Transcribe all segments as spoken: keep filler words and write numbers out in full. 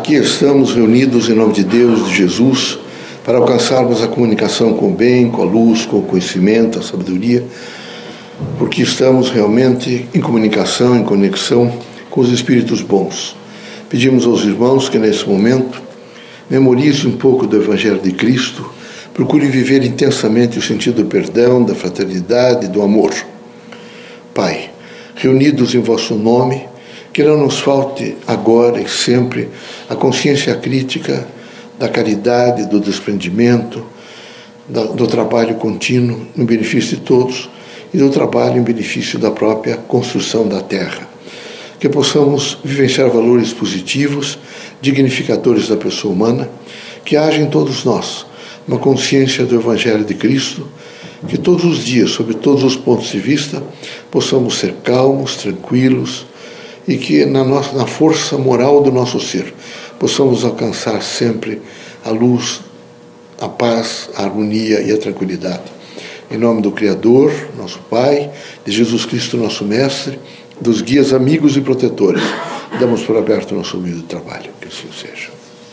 Aqui estamos reunidos em nome de Deus, de Jesus, para alcançarmos a comunicação com o bem, com a luz, com o conhecimento, a sabedoria, porque estamos realmente em comunicação, em conexão com os Espíritos bons. Pedimos aos irmãos que nesse momento memorizem um pouco do Evangelho de Cristo, procurem viver intensamente o sentido do perdão, da fraternidade, do amor. Pai, reunidos em vosso nome, que não nos falte agora e sempre a consciência crítica da caridade, do desprendimento, do trabalho contínuo em benefício de todos e do trabalho em benefício da própria construção da terra. Que possamos vivenciar valores positivos, dignificadores da pessoa humana, que haja em todos nós uma consciência do Evangelho de Cristo, que todos os dias, sob todos os pontos de vista, possamos ser calmos, tranquilos, e que na, nossa, na força moral do nosso ser possamos alcançar sempre a luz, a paz, a harmonia e a tranquilidade. Em nome do Criador, nosso Pai, de Jesus Cristo, nosso Mestre, dos guias amigos e protetores, damos por aberto o nosso humilde trabalho. Que assim seja.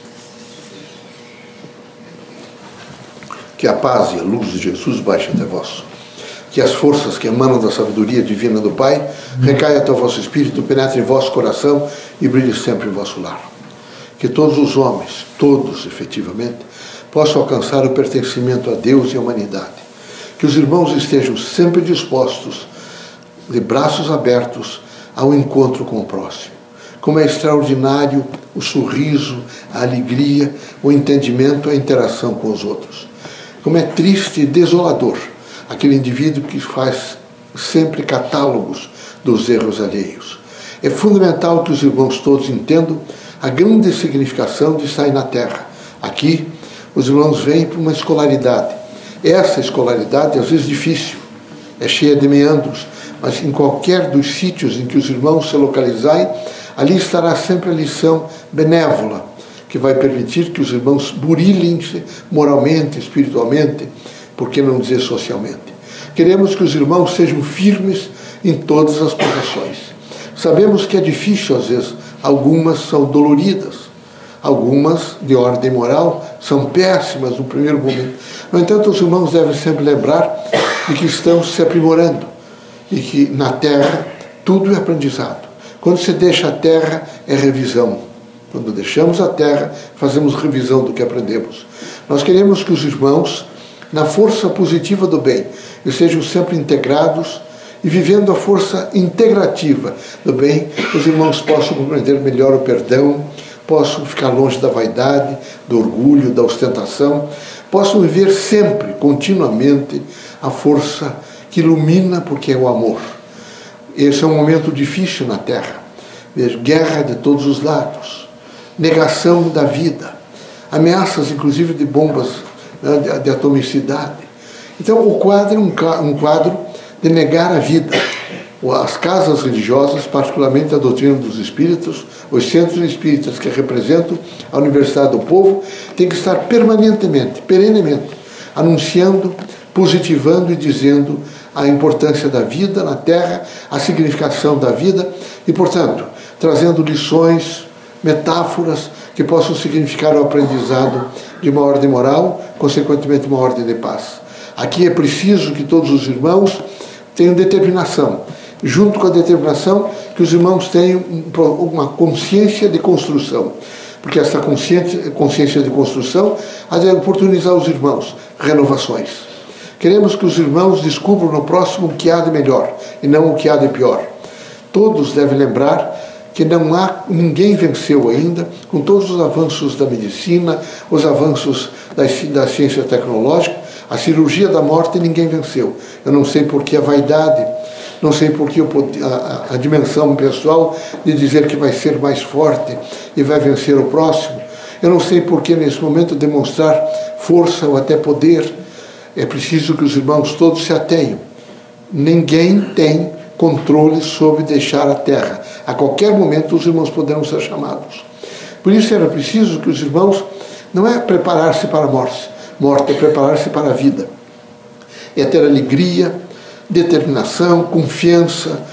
Que a paz e a luz de Jesus baixe até vós. Que as forças que emanam da sabedoria divina do Pai recaiam até o vosso espírito, penetrem em vosso coração e brilhem sempre em vosso lar. Que todos os homens, todos efetivamente, possam alcançar o pertencimento a Deus e à humanidade. Que os irmãos estejam sempre dispostos, de braços abertos, ao encontro com o próximo. Como é extraordinário o sorriso, a alegria, o entendimento, a interação com os outros. Como é triste e desolador aquele indivíduo que faz sempre catálogos dos erros alheios. É fundamental que os irmãos todos entendam a grande significação de estar na Terra. Aqui, os irmãos vêm para uma escolaridade. Essa escolaridade, às vezes difícil, é cheia de meandros, mas em qualquer dos sítios em que os irmãos se localizarem, ali estará sempre a lição benévola, que vai permitir que os irmãos burilhem-se moralmente, espiritualmente, por que não dizer socialmente. Queremos que os irmãos sejam firmes em todas as profissões. Sabemos que é difícil, às vezes, algumas são doloridas, algumas, de ordem moral, são péssimas no primeiro momento. No entanto, os irmãos devem sempre lembrar de que estão se aprimorando e que na Terra tudo é aprendizado. Quando se deixa a Terra, é revisão. Quando deixamos a Terra, fazemos revisão do que aprendemos. Nós queremos que os irmãos, na força positiva do bem, estejam sempre integrados e vivendo a força integrativa do bem, os irmãos possam compreender melhor o perdão, possam ficar longe da vaidade, do orgulho, da ostentação, possam viver sempre, continuamente, a força que ilumina, porque é o amor. Esse é um momento difícil na Terra. Veja, guerra de todos os lados, negação da vida, ameaças inclusive de bombas, de, de atomicidade. Então o quadro é um, um quadro de negar a vida. As casas religiosas, particularmente a doutrina dos espíritos, os centros espíritas que representam a Universidade do Povo, têm que estar permanentemente, perenemente, anunciando, positivando e dizendo a importância da vida na Terra, a significação da vida e, portanto, trazendo lições, metáforas que possam significar o aprendizado de uma ordem moral, consequentemente uma ordem de paz. Aqui é preciso que todos os irmãos tenham determinação, junto com a determinação que os irmãos tenham uma consciência de construção, porque essa consciência, consciência de construção há de oportunizar os irmãos renovações. Queremos que os irmãos descubram no próximo o que há de melhor e não o que há de pior. Todos devem lembrar que não há, ninguém venceu ainda, com todos os avanços da medicina, os avanços da, da ciência tecnológica, a cirurgia da morte ninguém venceu. Eu não sei por que a vaidade, não sei por que a, a, a dimensão pessoal de dizer que vai ser mais forte e vai vencer o próximo. Eu não sei por que nesse momento demonstrar força ou até poder. É preciso que os irmãos todos se atenham. Ninguém tem controle sobre deixar a Terra. A qualquer momento os irmãos poderão ser chamados. Por isso era preciso que os irmãos, não é preparar-se para a morte, morte é preparar-se para a vida. É ter alegria, determinação, confiança,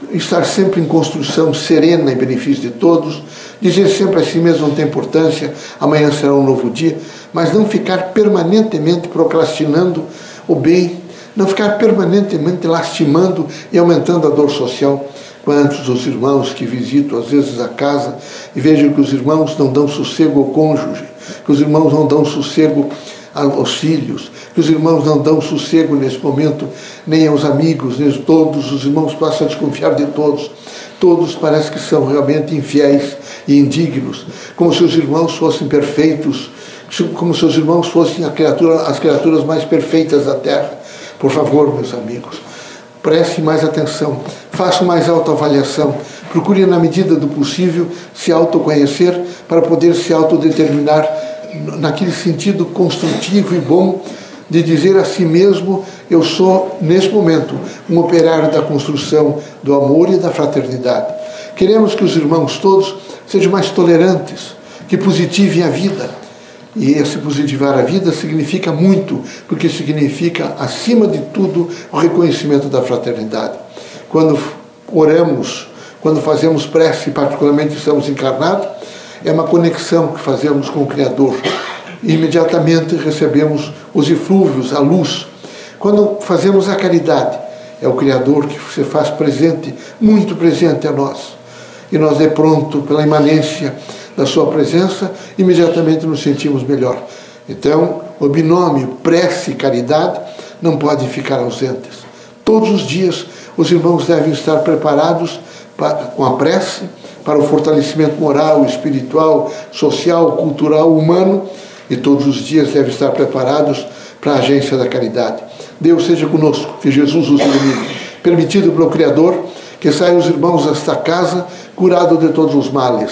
estar sempre em construção serena em benefício de todos, dizer sempre a si mesmo não tem importância, amanhã será um novo dia, mas não ficar permanentemente procrastinando o bem, não ficar permanentemente lastimando e aumentando a dor social. Quantos os irmãos que visito às vezes a casa e vejo que os irmãos não dão sossego ao cônjuge, que os irmãos não dão sossego aos filhos, que os irmãos não dão sossego nesse momento nem aos amigos, nem a todos, os irmãos passam a desconfiar de todos. Todos parece que são realmente infiéis e indignos, como se os irmãos fossem perfeitos, como se os irmãos fossem a criatura, as criaturas mais perfeitas da terra. Por favor, meus amigos, prestem mais atenção, façam mais autoavaliação, procurem na medida do possível se autoconhecer para poder se autodeterminar naquele sentido construtivo e bom de dizer a si mesmo: eu sou, nesse momento, um operário da construção do amor e da fraternidade. Queremos que os irmãos todos sejam mais tolerantes, que positivem a vida. E esse positivar a vida significa muito, porque significa, acima de tudo, o reconhecimento da fraternidade. Quando oramos, quando fazemos prece, particularmente estamos encarnados, é uma conexão que fazemos com o Criador. E imediatamente recebemos os eflúvios, a luz. Quando fazemos a caridade, é o Criador que se faz presente, muito presente a nós. E nós, de pronto, pela imanência da sua presença, imediatamente nos sentimos melhor. Então, o binômio prece e caridade não podem ficar ausentes. Todos os dias, os irmãos devem estar preparados para, com a prece, para o fortalecimento moral, espiritual, social, cultural, humano, e todos os dias devem estar preparados para a agência da caridade. Deus seja conosco, que Jesus os ilumine. Permitido pelo Criador que saiam os irmãos desta casa curados de todos os males,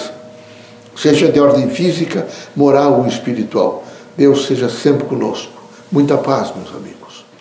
seja de ordem física, moral ou espiritual. Deus seja sempre conosco. Muita paz, meus amigos.